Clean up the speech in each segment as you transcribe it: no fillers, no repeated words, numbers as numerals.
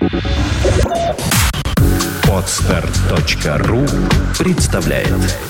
Podster.ru представляет.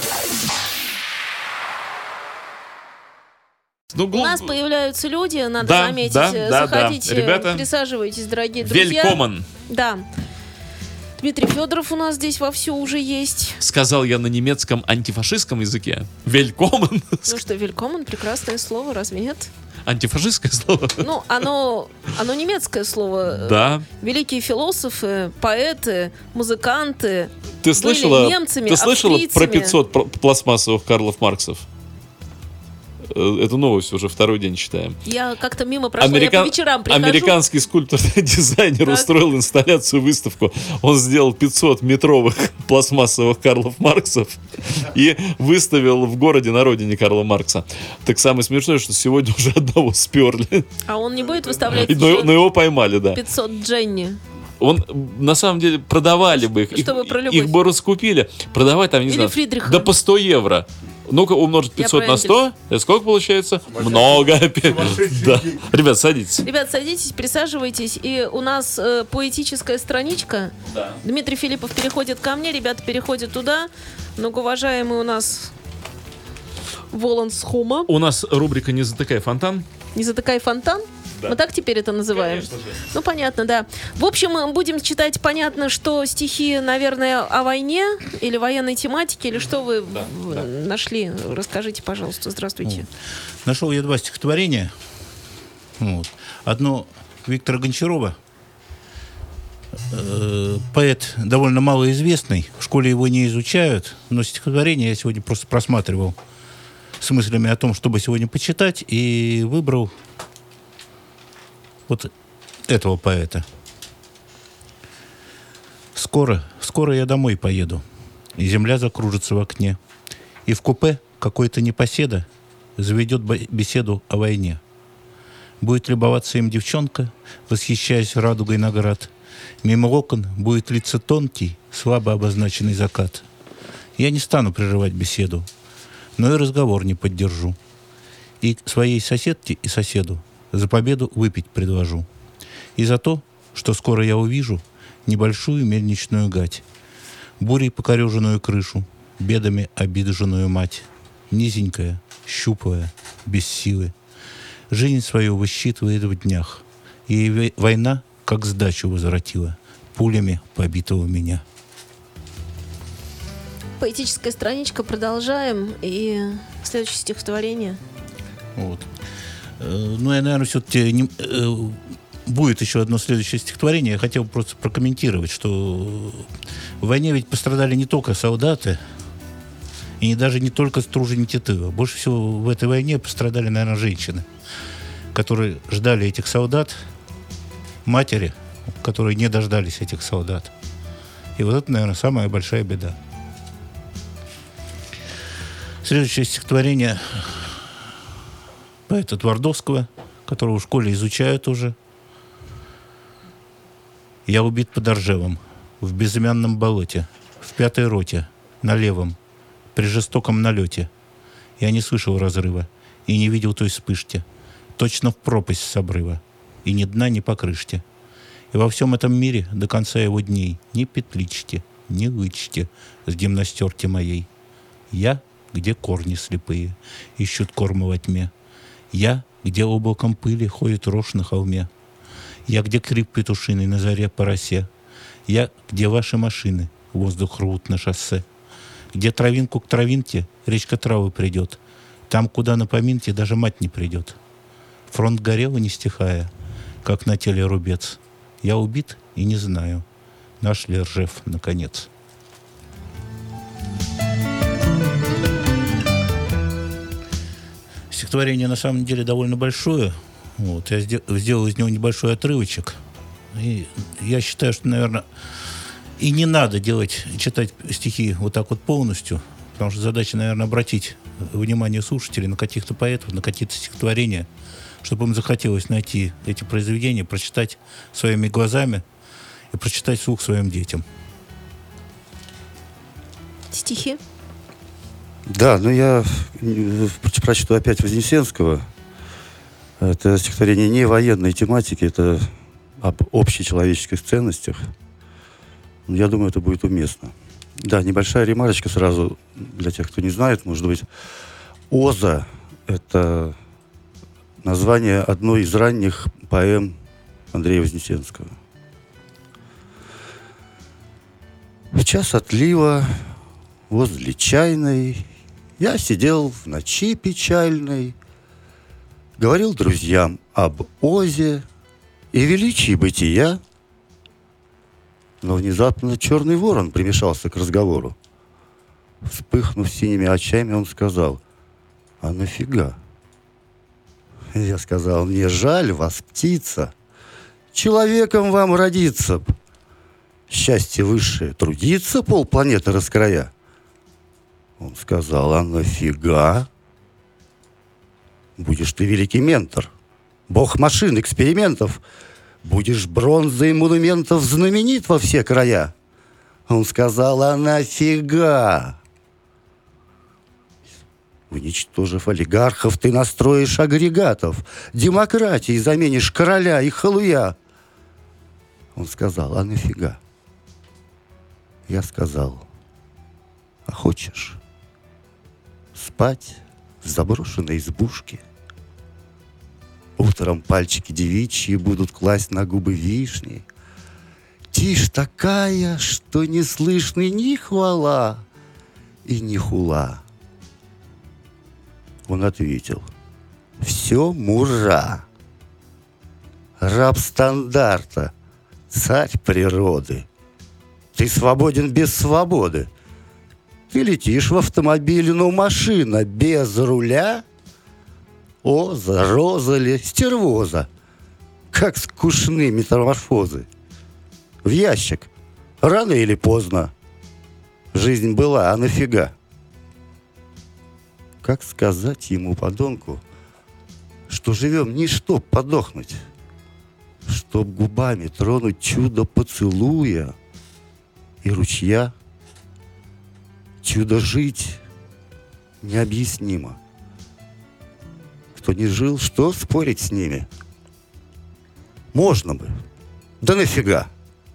У нас появляются люди, надо заметить. Заходите, ребята, присаживайтесь, дорогие друзья. Велькомен. Да. Дмитрий Федоров у нас здесь вовсю уже есть. Сказал я на немецком антифашистском языке. Велькомен. Ну что, велькомен — прекрасное слово, разве нет? Антифашистское слово? Ну, оно немецкое слово. Да. Великие философы, поэты, музыканты Ты были слышала, немцами, ты слышала про австрийцами. 500 пластмассовых Карлов Марксов? Эту новость уже второй день читаем. Я как-то мимо прошла, я по вечерам прихожу. Американский скульптор-дизайнер устроил инсталляцию, выставку. Он сделал 500-метровых пластмассовых Карлов Марксов и выставил в городе на родине Карла Маркса. Так самое смешное, что сегодня уже одного сперли. А он не будет выставлять Но его поймали, да. 500 Дженни? Он, на самом деле, продавали бы их. Чтобы про любовь. Их бы раскупили. Продавать там, не Или знаю, Фридриха. да по 100 евро. Ну-ка, умножить 500 на 100. Это сколько получается? Много. Да. Ребят, садитесь. Ребят, садитесь, присаживайтесь. И у нас поэтическая страничка. Да. Дмитрий Филиппов переходит ко мне, ребята переходят туда. Многоуважаемый у нас Воланс Хума. У нас рубрика «Не затыкай фонтан». Не затыкай фонтан? Да. Мы так теперь это называем? Конечно же. Ну, понятно, да. В общем, мы будем читать, понятно, что стихи, наверное, о войне или военной тематике, или что вы нашли? Расскажите, пожалуйста. Здравствуйте. Нашел я 2 стихотворения. Одно Виктора Гончарова. Поэт довольно малоизвестный. В школе его не изучают. Но стихотворение я сегодня просто просматривал с мыслями о том, чтобы сегодня почитать, и выбрал вот этого поэта. Скоро я домой поеду, и земля закружится в окне, и в купе какой-то непоседа заведет беседу о войне. Будет любоваться им девчонка, восхищаясь радугой наград. Мимо окон будет литься тонкий, слабо обозначенный закат. Я не стану прерывать беседу, но и разговор не поддержу. И своей соседке и соседу за победу выпить предложу. И за то, что скоро я увижу небольшую мельничную гать, бурей покореженную крышу, бедами обиженную мать, низенькая, щуплая, без силы. Жизнь свою высчитывает в днях, и война, как сдачу возвратила, пулями побитого меня. Поэтическая страничка, продолжаем. И следующее стихотворение. Вот. Ну, я, наверное, все-таки будет еще одно следующее стихотворение. Я хотел просто прокомментировать, что в войне ведь пострадали не только солдаты, и даже не только труженики тыла. Больше всего в этой войне пострадали, наверное, женщины, которые ждали этих солдат, матери, которые не дождались этих солдат. И вот это, наверное, самая большая беда. Следующее стихотворение поэта Твардовского, которого в школе изучают уже. «Я убит под Оржевом, в безымянном болоте, в 5-й роте, на левом, при жестоком налете. Я не слышал разрыва и не видел той вспышки, точно в пропасть с обрыва, и ни дна, ни покрышки. И во всем этом мире до конца его дней ни петлички, ни лычки с гимнастерки моей. Я, где корни слепые, ищут корма во тьме. Я, где облаком пыли ходит рожь на холме. Я, где крик петушиный на заре по росе. Я, где ваши машины воздух рвут на шоссе. Где травинку к травинке речка травы придет. Там, куда на поминке даже мать не придет. Фронт горел, не стихая, как на теле рубец. Я убит и не знаю, наш ли Ржев наконец». Стихотворение на самом деле довольно большое. Вот, я сделал из него небольшой отрывочек. И я считаю, что, наверное, и не надо читать стихи вот так вот полностью, потому что задача, наверное, обратить внимание слушателей на каких-то поэтов, на какие-то стихотворения, чтобы им захотелось найти эти произведения, прочитать своими глазами и прочитать вслух своим детям. Стихи? Да, ну я прочту опять Вознесенского. Это стихотворение не военной тематики, это об общечеловеческих ценностях, я думаю, это будет уместно. Да, небольшая ремарочка сразу для тех, кто не знает, может быть. «Оза» — это название одной из ранних поэм Андрея Вознесенского. В час отлива возле чайной я сидел в ночи печальной, говорил друзьям об Озе и величии бытия, но внезапно черный ворон примешался к разговору. Вспыхнув синими очами, он сказал: «А нафига?» Я сказал: «Мне жаль вас, птица, человеком вам родиться б. Счастье высшее — трудиться полпланеты раскрая». Он сказал: «А нафига? Будешь ты великий ментор, бог машин, экспериментов, будешь бронзой монументов знаменит во все края». Он сказал: «А нафига? Уничтожив олигархов, ты настроишь агрегатов, демократии заменишь короля и халуя». Он сказал: «А нафига?» Я сказал: «А хочешь спать в заброшенной избушке? Утром пальчики девичьи будут класть на губы вишни. Тишь такая, что не слышны ни хвала и ни хула». Он ответил: «Все мура. Раб стандарта, царь природы. Ты свободен без свободы. Ты летишь в автомобиле, но машина без руля. Оза, роза ли, стервоза, как скучны метаморфозы. В ящик, рано или поздно. Жизнь была, а нафига?» Как сказать ему, подонку, что живем не чтоб подохнуть, чтоб губами тронуть чудо поцелуя и ручья? Чудо жить необъяснимо. Кто не жил, что спорить с ними? Можно бы, да нафига?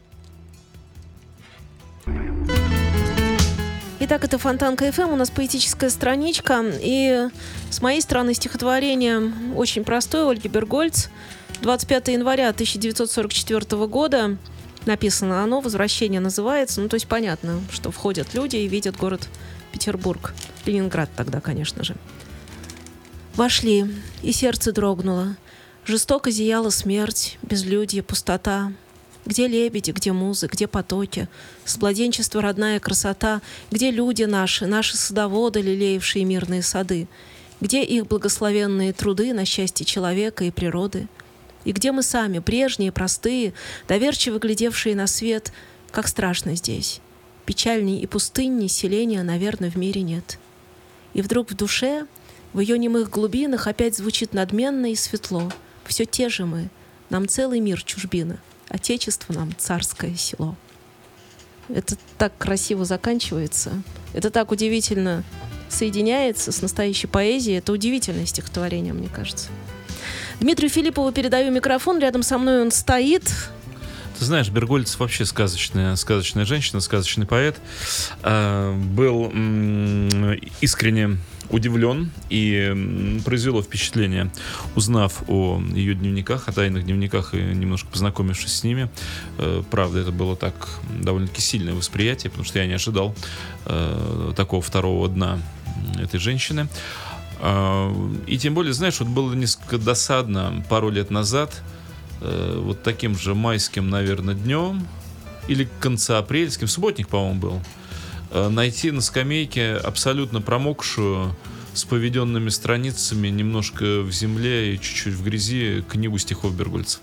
Итак, это Фонтанка ФМ, у нас поэтическая страничка. И с моей стороны стихотворение очень простое, Ольги Бергольц. 25 января 1944 года написано оно, «Возвращение» называется. Ну, то есть понятно, что входят люди и видят город Петербург. Ленинград тогда, конечно же. Вошли, и сердце дрогнуло. Жестоко зияла смерть, безлюдье, пустота. Где лебеди, где музы, где потоки? С младенчества родная красота. Где люди наши, наши садоводы, лелеявшие мирные сады? Где их благословенные труды на счастье человека и природы? И где мы сами, прежние, простые, доверчиво глядевшие на свет? Как страшно здесь. Печальней и пустынней селения, наверное, в мире нет. И вдруг в душе, в ее немых глубинах опять звучит надменно и светло. Все те же мы, нам целый мир чужбина. Отечество нам царское село. Это так красиво заканчивается. Это так удивительно соединяется с настоящей поэзией. Это удивительное стихотворение, мне кажется. Дмитрию Филиппову передаю микрофон. Рядом со мной он стоит. Ты знаешь, Бергольц вообще сказочная женщина, сказочный поэт. Был искренне удивлен и произвело впечатление, узнав о ее дневниках, о тайных дневниках и немножко познакомившись с ними. Правда, это было так довольно-таки сильное восприятие, потому что я не ожидал такого второго дна этой женщины. И тем более, знаешь, вот было несколько досадно пару лет назад, вот таким же майским, наверное, днем или концеапрельским, субботник, по-моему, был, найти на скамейке абсолютно промокшую, с поведенными страницами, немножко в земле и чуть-чуть в грязи, книгу стихов Бергольца.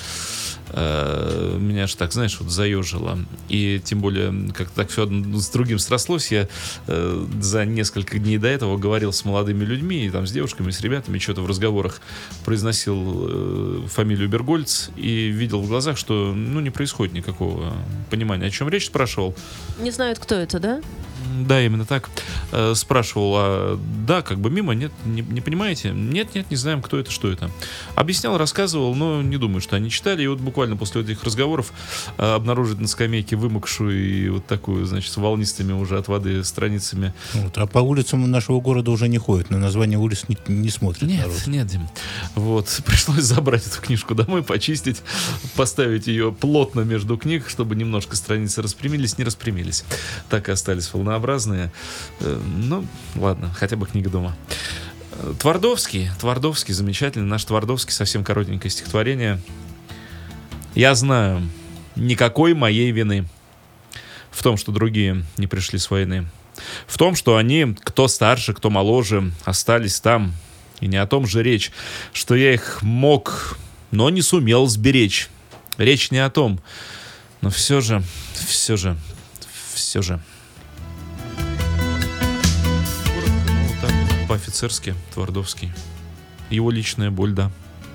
Меня аж так, знаешь, вот заежило. И тем более, как так все одно с другим срослось, я за несколько дней до этого говорил с молодыми людьми, и там с девушками, с ребятами, что-то в разговорах произносил фамилию Бергольц и видел в глазах, что, ну, не происходит никакого понимания, о чем речь, спрашивал. Не знают, кто это, да? Да, именно так. Спрашивал, да, как бы мимо, нет, не понимаете? Нет, не знаем, кто это, что это. Объяснял, рассказывал, но не думаю, что они читали. И вот буквально после этих разговоров обнаружить на скамейке вымокшую и вот такую, значит, с волнистыми уже от воды страницами. Вот. А по улицам нашего города уже не ходят, на название улиц не смотрят Нет, народ. нет, Дим. Вот, пришлось забрать эту книжку домой, почистить, поставить ее плотно между книг, чтобы немножко страницы распрямились, не распрямились. Так и остались волнообразные. Ну, ладно, хотя бы книга дома. Твардовский, замечательный. Наш Твардовский, совсем коротенькое стихотворение. Я знаю, никакой моей вины в том, что другие не пришли с войны. В том, что они, кто старше, кто моложе, остались там. И не о том же речь, что я их мог, но не сумел сберечь. Речь не о том. Но все же. Вот так, по-офицерски, Твардовский. Его личная боль, да.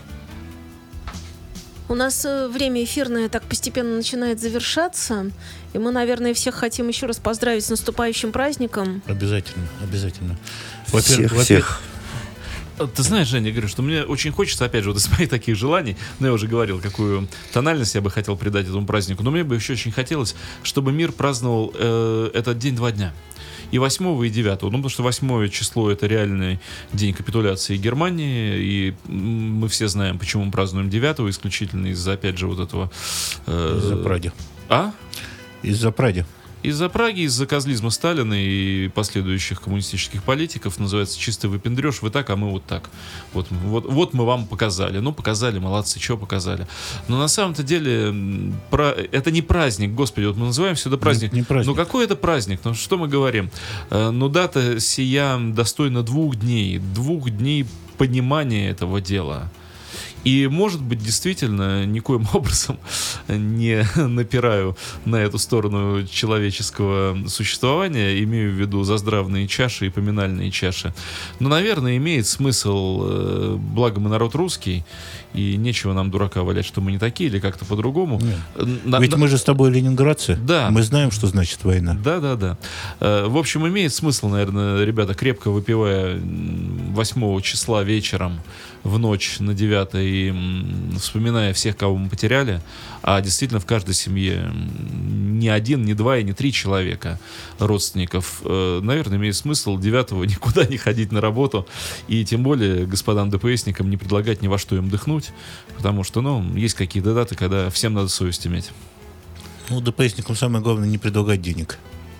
У нас время эфирное так постепенно начинает завершаться, и мы, наверное, всех хотим еще раз поздравить с наступающим праздником. Обязательно. Всех. Ты знаешь, Женя, я говорю, что мне очень хочется, опять же, вот из моих таких желаний, но я уже говорил, какую тональность я бы хотел придать этому празднику, но мне бы еще очень хотелось, чтобы мир праздновал этот день 2 дня. И 8 и 9. Ну, потому что 8 число — это реальный день капитуляции Германии, и мы все знаем, почему мы празднуем 9, исключительно из-за, опять же, вот этого... Из-за Праги. А? Из-за Праги. Из-за Праги, из-за козлизма Сталина и последующих коммунистических политиков, называется чистый выпендреж, вы так, а мы вот так. Вот мы вам показали. Ну, показали, молодцы, что показали. Но на самом-то деле это не праздник, господи, вот мы называем все это праздник. Не праздник. Ну, какой это праздник? Ну, что мы говорим? Ну, дата сия достойна 2 дней. 2 дней понимания этого дела. И, может быть, действительно, никоим образом не напираю на эту сторону человеческого существования, имею в виду заздравные чаши и поминальные чаши. Но, наверное, имеет смысл, благо мы народ русский, и нечего нам дурака валять, что мы не такие, или как-то по-другому. Ведь мы же с тобой ленинградцы. Да. Мы знаем, что значит война. Да. В общем, имеет смысл, наверное, ребята, крепко выпивая 8 числа вечером в ночь на 9 и вспоминая всех, кого мы потеряли, а действительно в каждой семье не 1, не 2 и не 3 человека родственников, наверное, имеет смысл 9 никуда не ходить на работу и тем более господам ДПСникам не предлагать ни во что им дыхнуть, потому что, есть какие-то даты, когда всем надо совесть иметь. Ну, ДПСникам самое главное не предлагать денег.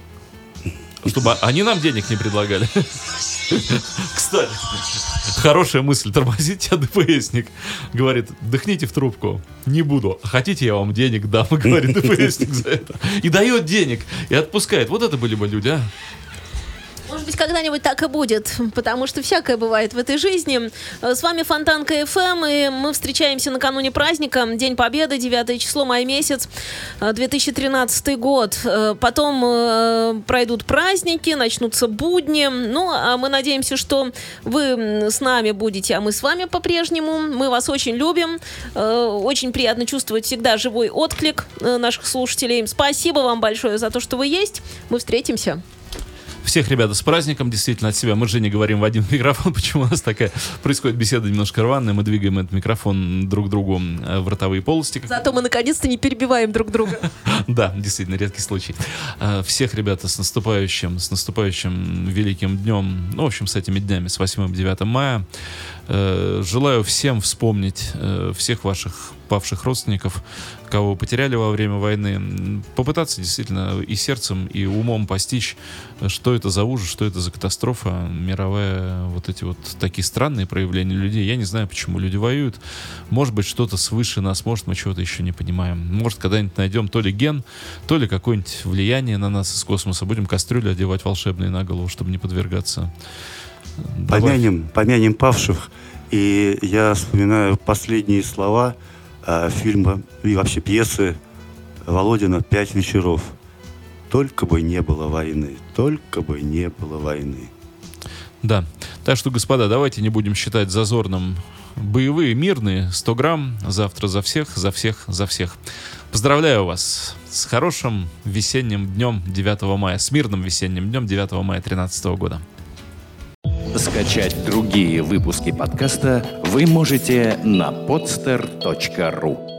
Чтобы они нам денег не предлагали. Кстати, хорошая мысль. Тормозит тебя ДПСник. Говорит, дыхните в трубку. Не буду. Хотите, я вам денег дам, говорит ДПСник за это. И дает денег. И отпускает. Вот это были бы люди, а? Может быть, когда-нибудь так и будет, потому что всякое бывает в этой жизни. С вами Фонтанка ФМ, и мы встречаемся накануне праздника, День Победы, 9 число, май месяц, 2013 год. Потом пройдут праздники, начнутся будни. Ну, а мы надеемся, что вы с нами будете, а мы с вами по-прежнему. Мы вас очень любим. Очень приятно чувствовать всегда живой отклик наших слушателей. Спасибо вам большое за то, что вы есть. Мы встретимся. Всех, ребята, с праздником, действительно, от себя. Мы с Женей говорим в один микрофон, почему у нас такая происходит беседа немножко рваная, мы двигаем этот микрофон друг другу в ротовые полости. Зато мы наконец-то не перебиваем друг друга. Да, действительно, редкий случай. Всех, ребята, с наступающим великим днем, в общем, с этими днями, с 8-9 мая. Желаю всем вспомнить всех ваших павших родственников, кого вы потеряли во время войны, попытаться действительно и сердцем, и умом постичь, что это за ужас, что это за катастрофа мировая, вот эти вот такие странные проявления людей. Я не знаю, почему люди воюют. Может быть, что-то свыше нас, может, мы чего-то еще не понимаем. Может, когда-нибудь найдем то ли ген, то ли какое-нибудь влияние на нас из космоса. Будем кастрюли одевать волшебные на голову, чтобы не подвергаться. Помянем павших. И я вспоминаю последние слова фильма и вообще пьесы Володина «5 вечеров». Только бы не было войны. Только бы не было войны. Да. Так что, господа, давайте не будем считать зазорным боевые, мирные. 100 грамм. Завтра за всех, за всех, за всех. Поздравляю вас с хорошим весенним днем 9 мая, с мирным весенним днем 9 мая 2013 года. Скачать другие выпуски подкаста вы можете на podster.ru.